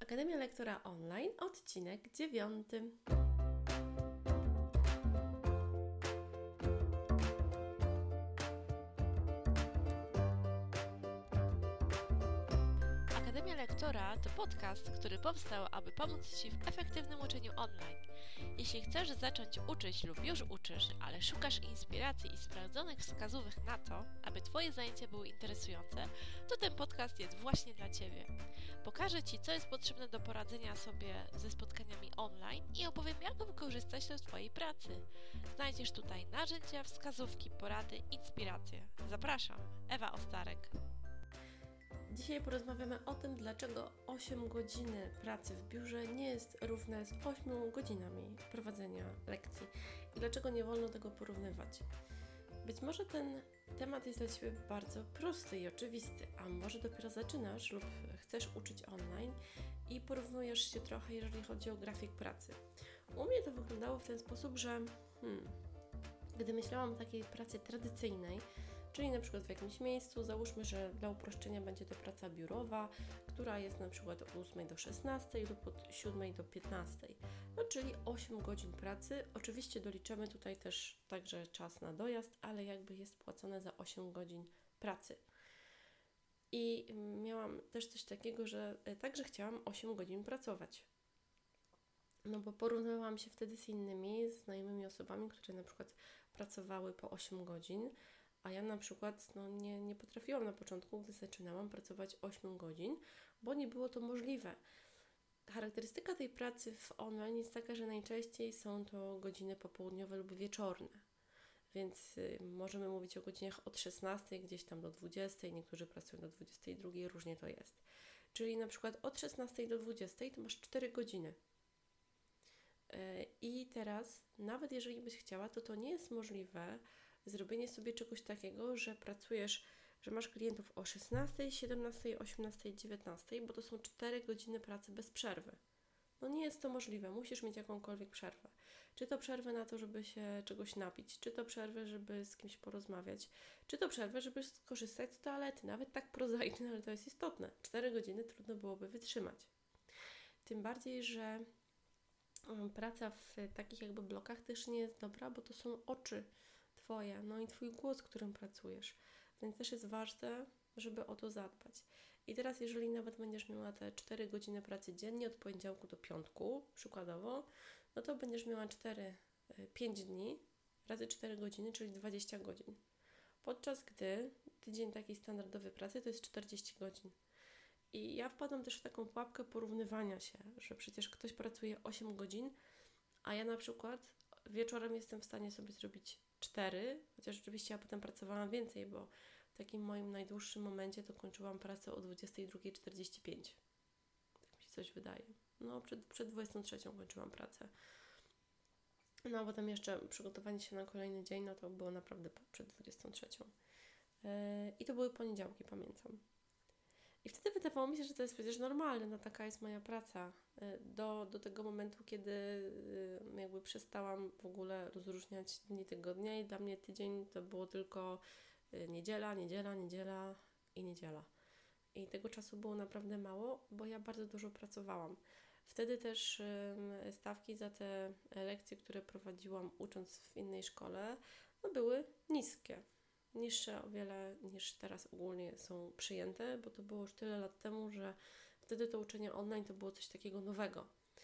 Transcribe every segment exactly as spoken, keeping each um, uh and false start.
Akademia Lektora Online, odcinek dziewiąty. Akademia Lektora to podcast, który powstał, aby pomóc Ci w efektywnym uczeniu online. Jeśli chcesz zacząć uczyć lub już uczysz, ale szukasz inspiracji i sprawdzonych wskazówek na to, aby Twoje zajęcia były interesujące, to ten podcast jest właśnie dla Ciebie. Pokażę Ci, co jest potrzebne do poradzenia sobie ze spotkaniami online i opowiem, jak wykorzystać to w Twojej pracy. Znajdziesz tutaj narzędzia, wskazówki, porady, inspiracje. Zapraszam, Ewa Ostarek. Dzisiaj porozmawiamy o tym, dlaczego osiem godzin pracy w biurze nie jest równe z ośmioma godzinami prowadzenia lekcji i dlaczego nie wolno tego porównywać. Być może ten temat jest dla Ciebie bardzo prosty i oczywisty, a może dopiero zaczynasz lub chcesz uczyć online i porównujesz się trochę, jeżeli chodzi o grafik pracy. U mnie to wyglądało w ten sposób, że hmm, gdy myślałam o takiej pracy tradycyjnej, czyli na przykład w jakimś miejscu, załóżmy, że dla uproszczenia będzie to praca biurowa, która jest na przykład od ósmej do szesnastej lub od siódmej do piętnastej, no czyli osiem godzin pracy. Oczywiście doliczymy tutaj też także czas na dojazd, ale jakby jest płacone za osiem godzin pracy. I miałam też coś takiego, że także chciałam osiem godzin pracować. No bo porównywałam się wtedy z innymi znajomymi osobami, które na przykład pracowały po osiem godzin, a ja na przykład no, nie, nie potrafiłam na początku, gdy zaczynałam pracować osiem godzin, bo nie było to możliwe. Charakterystyka tej pracy w online jest taka, że najczęściej są to godziny popołudniowe lub wieczorne. Więc y, możemy mówić o godzinach od szesnastej gdzieś tam do dwudziestej, niektórzy pracują do dwudziestej drugiej, różnie to jest. Czyli na przykład od szesnastej do dwudziestej to masz cztery godziny. I teraz, nawet jeżeli byś chciała, to to nie jest możliwe zrobienie sobie czegoś takiego, że pracujesz, że masz klientów o szesnastej, siedemnastej, osiemnastej, dziewiętnastej, bo to są cztery godziny pracy bez przerwy. No nie jest to możliwe, musisz mieć jakąkolwiek przerwę. Czy to przerwę na to, żeby się czegoś napić, czy to przerwę, żeby z kimś porozmawiać, czy to przerwę, żeby skorzystać z toalety. Nawet tak prozaiczne, ale to jest istotne. cztery godziny trudno byłoby wytrzymać. Tym bardziej, że praca w takich jakby blokach też nie jest dobra, bo to są oczy Twoje, no i Twój głos, którym pracujesz. Więc też jest ważne, żeby o to zadbać. I teraz, jeżeli nawet będziesz miała te cztery godziny pracy dziennie od poniedziałku do piątku, przykładowo, no to będziesz miała cztery, pięć dni razy cztery godziny, czyli dwadzieścia godzin. Podczas gdy tydzień takiej standardowej pracy to jest czterdzieści godzin. I ja wpadłam też w taką pułapkę porównywania się, że przecież ktoś pracuje osiem godzin, a ja na przykład wieczorem jestem w stanie sobie zrobić cztery, chociaż rzeczywiście ja potem pracowałam więcej, bo w takim moim najdłuższym momencie to kończyłam pracę o dwudziestej drugiej czterdzieści pięć. Tak mi się coś wydaje. No, przed, przed dwudziestą trzecią kończyłam pracę. No, a potem jeszcze przygotowanie się na kolejny dzień, no to było naprawdę przed dwudziestą trzecią. Yy, I to były poniedziałki, pamiętam. I wtedy wydawało mi się, że to jest przecież normalne, no taka jest moja praca. Do, do tego momentu, kiedy jakby przestałam w ogóle rozróżniać dni tygodnia i dla mnie tydzień to było tylko niedziela, niedziela, niedziela i niedziela. I tego czasu było naprawdę mało, bo ja bardzo dużo pracowałam. Wtedy też stawki za te lekcje, które prowadziłam ucząc w innej szkole, no były niskie. Niższe o wiele niż teraz ogólnie są przyjęte, bo to było już tyle lat temu, że wtedy to uczenie online to było coś takiego nowego.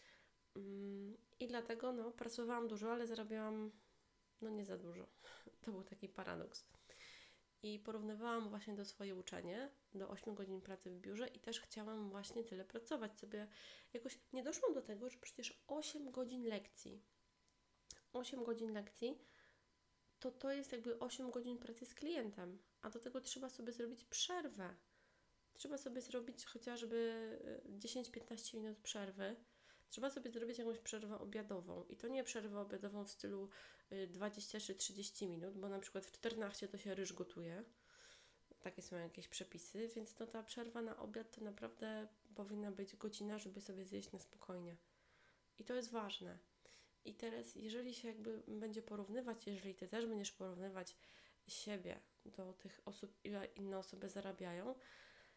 I dlatego no, pracowałam dużo, ale zarabiałam no nie za dużo. To był taki paradoks. I porównywałam właśnie do swoje uczenie, do ośmiu godzin pracy w biurze i też chciałam właśnie tyle pracować. Sobie jakoś nie doszłam do tego, że przecież osiem godzin lekcji, osiem godzin lekcji to to jest jakby osiem godzin pracy z klientem, a do tego trzeba sobie zrobić przerwę. Trzeba sobie zrobić chociażby dziesięć do piętnastu minut przerwy. Trzeba sobie zrobić jakąś przerwę obiadową i to nie przerwę obiadową w stylu dwadzieścia czy trzydzieści minut, bo na przykład w czternaście to się ryż gotuje. Takie są jakieś przepisy, więc no ta przerwa na obiad to naprawdę powinna być godzina, żeby sobie zjeść na spokojnie. I to jest ważne. I teraz, jeżeli się jakby będzie porównywać, jeżeli Ty też będziesz porównywać siebie do tych osób, ile inne osoby zarabiają,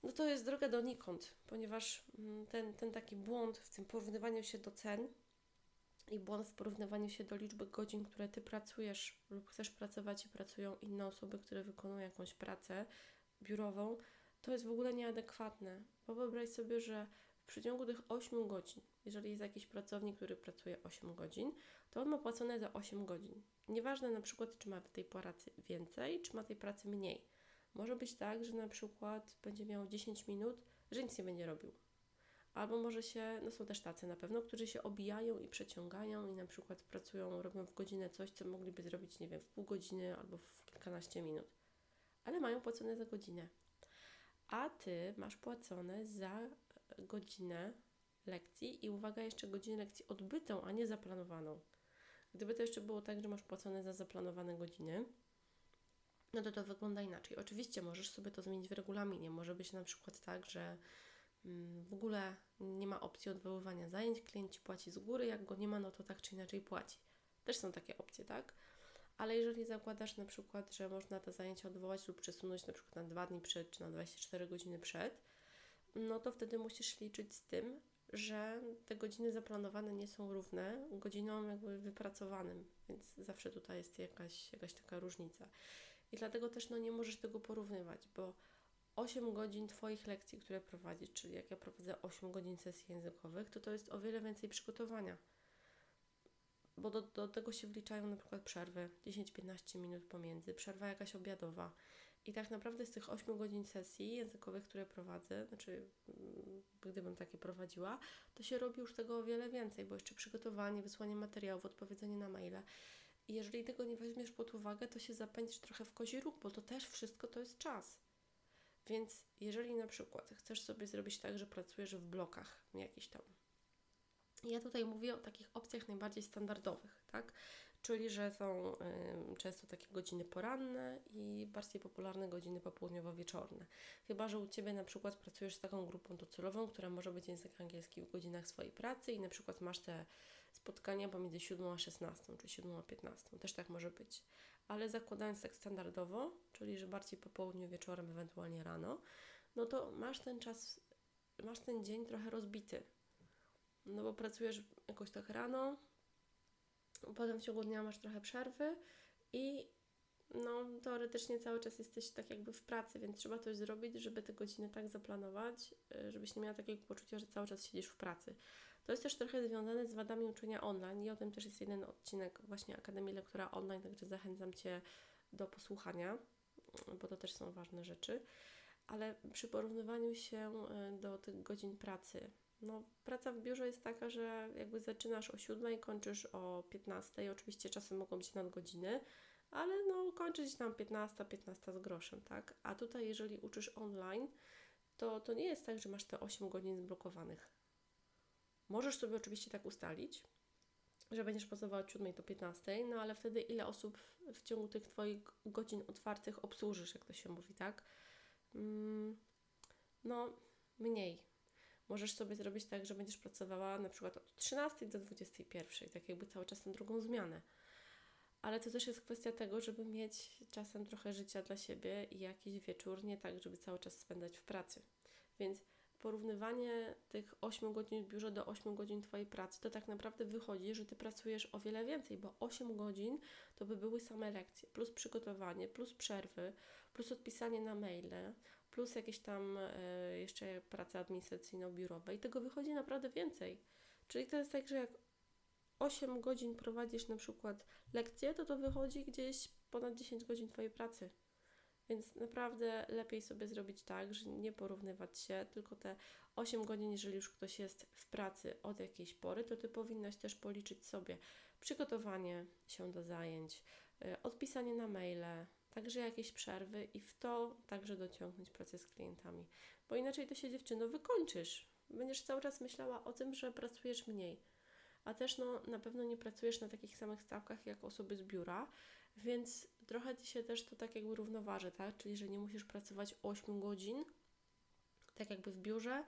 no to jest droga donikąd, ponieważ ten, ten taki błąd w tym porównywaniu się do cen i błąd w porównywaniu się do liczby godzin, które Ty pracujesz lub chcesz pracować i pracują inne osoby, które wykonują jakąś pracę biurową, to jest w ogóle nieadekwatne. Bo wyobraź sobie, że w przeciągu tych ośmiu godzin, jeżeli jest jakiś pracownik, który pracuje osiem godzin, to on ma płacone za osiem godzin. Nieważne na przykład, czy ma tej pracy więcej, czy ma tej pracy mniej. Może być tak, że na przykład będzie miał dziesięć minut, że nic nie będzie robił. Albo może się, no są też tacy na pewno, którzy się obijają i przeciągają i na przykład pracują, robią w godzinę coś, co mogliby zrobić, nie wiem, w pół godziny albo w kilkanaście minut. Ale mają płacone za godzinę. A Ty masz płacone za godzinę lekcji i uwaga, jeszcze godzinę lekcji odbytą, a nie zaplanowaną. Gdyby to jeszcze było tak, że masz płacone za zaplanowane godziny, no to to wygląda inaczej. Oczywiście możesz sobie to zmienić w regulaminie. Może być na przykład tak, że w ogóle nie ma opcji odwoływania zajęć, klient Ci płaci z góry, jak go nie ma, no to tak czy inaczej płaci. Też są takie opcje, tak? Ale jeżeli zakładasz na przykład, że można te zajęcia odwołać lub przesunąć na przykład na dwa dni przed, czy na dwadzieścia cztery godziny przed, no to wtedy musisz liczyć z tym, że te godziny zaplanowane nie są równe godzinom jakby wypracowanym, więc zawsze tutaj jest jakaś, jakaś taka różnica. I dlatego też no nie możesz tego porównywać, bo osiem godzin Twoich lekcji, które prowadzisz, czyli jak ja prowadzę osiem godzin sesji językowych, to to jest o wiele więcej przygotowania. Bo do, do tego się wliczają na przykład przerwy, dziesięć do piętnastu minut pomiędzy, przerwa jakaś obiadowa. I tak naprawdę z tych ośmiu godzin sesji językowych, które prowadzę, znaczy gdybym takie prowadziła, to się robi już tego o wiele więcej, bo jeszcze przygotowanie, wysłanie materiałów, odpowiedzenie na maile. I jeżeli tego nie weźmiesz pod uwagę, to się zapędzisz trochę w kozi róg, bo to też wszystko to jest czas. Więc jeżeli na przykład chcesz sobie zrobić tak, że pracujesz w blokach jakiś tam. Ja tutaj mówię o takich opcjach najbardziej standardowych, tak? Czyli, że są y, często takie godziny poranne i bardziej popularne godziny popołudniowo-wieczorne. Chyba że u Ciebie na przykład pracujesz z taką grupą docelową, która może być język angielski w godzinach swojej pracy i na przykład masz te spotkania pomiędzy siódmą a szesnastą, czy siódmą a piętnastą. Też tak może być. Ale zakładając tak standardowo, czyli że bardziej po południu, wieczorem, ewentualnie rano, no to masz ten czas, masz ten dzień trochę rozbity. No bo pracujesz jakoś tak rano, potem w ciągu dnia masz trochę przerwy i no teoretycznie cały czas jesteś tak jakby w pracy, więc trzeba coś zrobić, żeby te godziny tak zaplanować, żebyś nie miała takiego poczucia, że cały czas siedzisz w pracy. To jest też trochę związane z wadami uczenia online i o tym też jest jeden odcinek właśnie Akademii Lektora Online, także zachęcam Cię do posłuchania, bo to też są ważne rzeczy. Ale przy porównywaniu się do tych godzin pracy, no praca w biurze jest taka, że jakby zaczynasz o siódmej, kończysz o piętnastej, oczywiście czasem mogą być nadgodziny, ale no kończyć tam piętnasta, piętnasta z groszem, tak? A tutaj jeżeli uczysz online, to, to nie jest tak, że masz te osiem godzin zblokowanych. Możesz sobie oczywiście tak ustalić, że będziesz pracowała od siódmej do piętnastej, no ale wtedy ile osób w, w ciągu tych Twoich godzin otwartych obsłużysz, jak to się mówi, tak? Mm, no mniej. Możesz sobie zrobić tak, że będziesz pracowała na przykład od trzynastej do dwudziestej pierwszej, tak jakby cały czas na drugą zmianę. Ale to też jest kwestia tego, żeby mieć czasem trochę życia dla siebie i jakiś wieczór, nie tak, żeby cały czas spędzać w pracy. Więc porównywanie tych ośmiu godzin w biurze do ośmiu godzin Twojej pracy, to tak naprawdę wychodzi, że Ty pracujesz o wiele więcej, bo osiem godzin to by były same lekcje, plus przygotowanie, plus przerwy, plus odpisanie na maile, plus jakieś tam y, jeszcze prace administracyjno-biurowe i tego wychodzi naprawdę więcej. Czyli to jest tak, że jak osiem godzin prowadzisz na przykład lekcje, to to wychodzi gdzieś ponad dziesięć godzin Twojej pracy. Więc naprawdę lepiej sobie zrobić tak, że nie porównywać się, tylko te osiem godzin, jeżeli już ktoś jest w pracy od jakiejś pory, to Ty powinnaś też policzyć sobie przygotowanie się do zajęć, y, odpisanie na maile, także jakieś przerwy i w to także dociągnąć pracę z klientami. Bo inaczej to się, dziewczyno, wykończysz. Będziesz cały czas myślała o tym, że pracujesz mniej. A też no, na pewno nie pracujesz na takich samych stawkach jak osoby z biura, więc trochę Ci się też to tak jakby równoważy, tak? Czyli, że nie musisz pracować osiem godzin, tak jakby w biurze,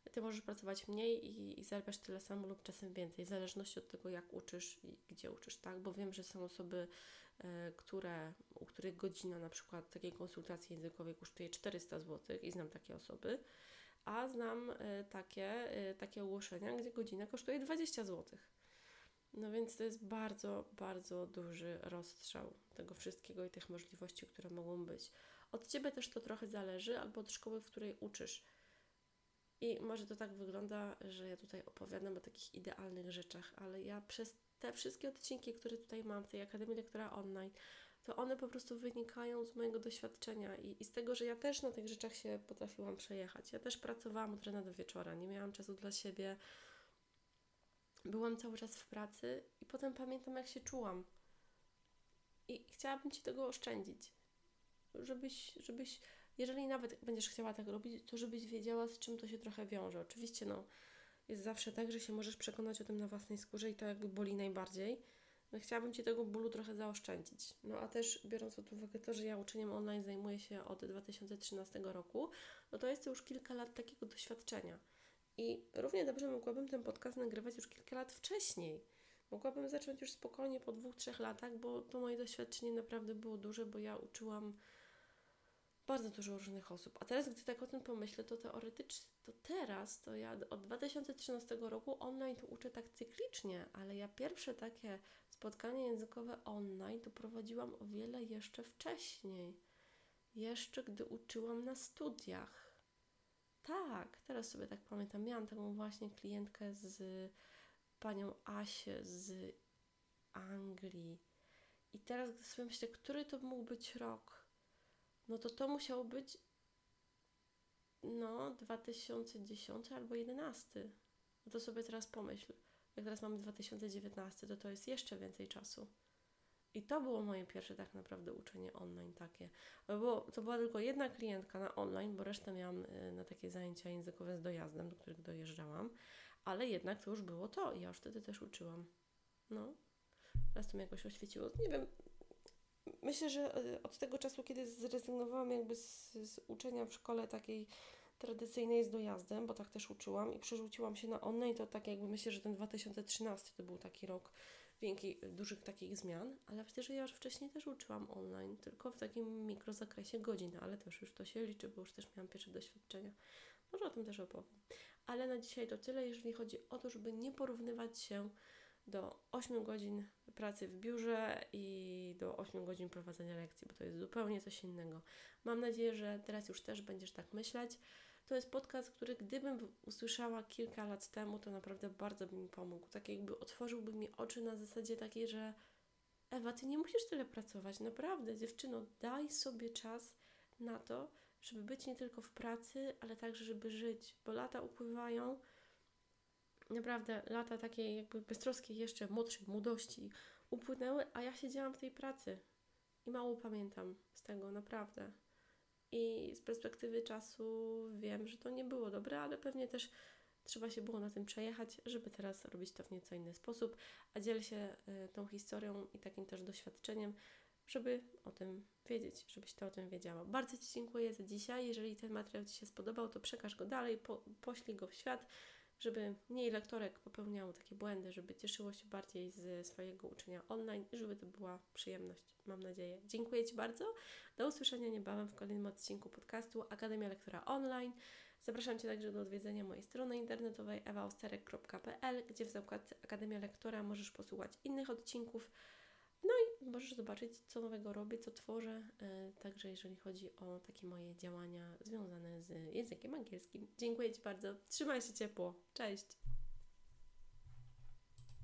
Ty możesz pracować mniej i, i zarabiasz tyle samo lub czasem więcej, w zależności od tego, jak uczysz i gdzie uczysz, tak? Bo wiem, że są osoby, e, które, u których godzina na przykład takiej konsultacji językowej kosztuje czterysta złotych i znam takie osoby, a znam e, takie, e, takie ogłoszenia, gdzie godzina kosztuje dwadzieścia złotych. No więc to jest bardzo, bardzo duży rozstrzał tego wszystkiego i tych możliwości, które mogą być. Od Ciebie też to trochę zależy, albo od szkoły, w której uczysz. I może to tak wygląda, że ja tutaj opowiadam o takich idealnych rzeczach, ale ja przez te wszystkie odcinki, które tutaj mam w tej Akademii Lektora Online, to one po prostu wynikają z mojego doświadczenia i, i z tego, że ja też na tych rzeczach się potrafiłam przejechać. Ja też pracowałam od rana do wieczora, nie miałam czasu dla siebie. Byłam cały czas w pracy i potem pamiętam, jak się czułam. I chciałabym Ci tego oszczędzić. Żebyś, żebyś, jeżeli nawet będziesz chciała tak robić, to żebyś wiedziała, z czym to się trochę wiąże. Oczywiście, no, jest zawsze tak, że się możesz przekonać o tym na własnej skórze i to jakby boli najbardziej. No, chciałabym Ci tego bólu trochę zaoszczędzić. No a też biorąc pod uwagę to, że ja uczeniem online zajmuję się od dwa tysiące trzynastego roku, no to jest to już kilka lat takiego doświadczenia. I równie dobrze mogłabym ten podcast nagrywać już kilka lat wcześniej. Mogłabym zacząć już spokojnie po dwóch, trzech latach, bo to moje doświadczenie naprawdę było duże, bo ja uczyłam bardzo dużo różnych osób. A teraz, gdy tak o tym pomyślę, to teoretycznie, to teraz, to ja od dwa tysiące trzynastego roku online to uczę tak cyklicznie, ale ja pierwsze takie spotkanie językowe online to prowadziłam o wiele jeszcze wcześniej. Jeszcze gdy uczyłam na studiach. Tak, teraz sobie tak pamiętam, miałam taką właśnie klientkę z panią Asię z Anglii. I teraz, gdy sobie myślę, który to mógł być rok, no to to musiał być no dwa tysiące dziesiąty albo jedenasty. No to sobie teraz pomyśl, jak teraz mamy dwa tysiące dziewiętnasty, to to jest jeszcze więcej czasu. I to było moje pierwsze tak naprawdę uczenie online takie. Bo to była tylko jedna klientka na online, bo resztę miałam na takie zajęcia językowe z dojazdem, do których dojeżdżałam. Ale jednak to już było to i ja już wtedy też uczyłam. No, teraz to mnie jakoś oświeciło. Nie wiem, myślę, że od tego czasu, kiedy zrezygnowałam jakby z, z uczenia w szkole takiej tradycyjnej z dojazdem, bo tak też uczyłam i przerzuciłam się na online, to tak jakby myślę, że ten dwa tysiące trzynasty to był taki rok wielkich, dużych takich zmian, ale przecież ja już wcześniej też uczyłam online, tylko w takim mikrozakresie godzin, ale też już to się liczy, bo już też miałam pierwsze doświadczenia. Może o tym też opowiem. Ale na dzisiaj to tyle, jeżeli chodzi o to, żeby nie porównywać się do ośmiu godzin pracy w biurze i do ośmiu godzin prowadzenia lekcji, bo to jest zupełnie coś innego. Mam nadzieję, że teraz już też będziesz tak myśleć. To jest podcast, który gdybym usłyszała kilka lat temu, to naprawdę bardzo by mi pomógł. Tak jakby otworzyłby mi oczy na zasadzie takiej, że Ewa, Ty nie musisz tyle pracować. Naprawdę, dziewczyno, daj sobie czas na to, żeby być nie tylko w pracy, ale także, żeby żyć, bo lata upływają, naprawdę lata takiej jakby beztroskiej jeszcze młodszej młodości upłynęły, a ja siedziałam w tej pracy i mało pamiętam z tego, naprawdę. I z perspektywy czasu wiem, że to nie było dobre, ale pewnie też trzeba się było na tym przejechać, żeby teraz robić to w nieco inny sposób, a dzielę się y, tą historią i takim też doświadczeniem, żeby o tym wiedzieć, żebyś Ty o tym wiedziała. Bardzo Ci dziękuję za dzisiaj. Jeżeli ten materiał Ci się spodobał, to przekaż go dalej, po, poślij go w świat, żeby mniej lektorek popełniało takie błędy, żeby cieszyło się bardziej ze swojego uczenia online i żeby to była przyjemność, mam nadzieję. Dziękuję Ci bardzo. Do usłyszenia niebawem w kolejnym odcinku podcastu Akademia Lektora Online. Zapraszam Cię także do odwiedzenia mojej strony internetowej ewa osterek kropka p l, gdzie w zakładce Akademia Lektora możesz posłuchać innych odcinków. No i możesz zobaczyć, co nowego robię, co tworzę, yy, także jeżeli chodzi o takie moje działania związane z językiem angielskim. Dziękuję Ci bardzo, trzymaj się ciepło, cześć!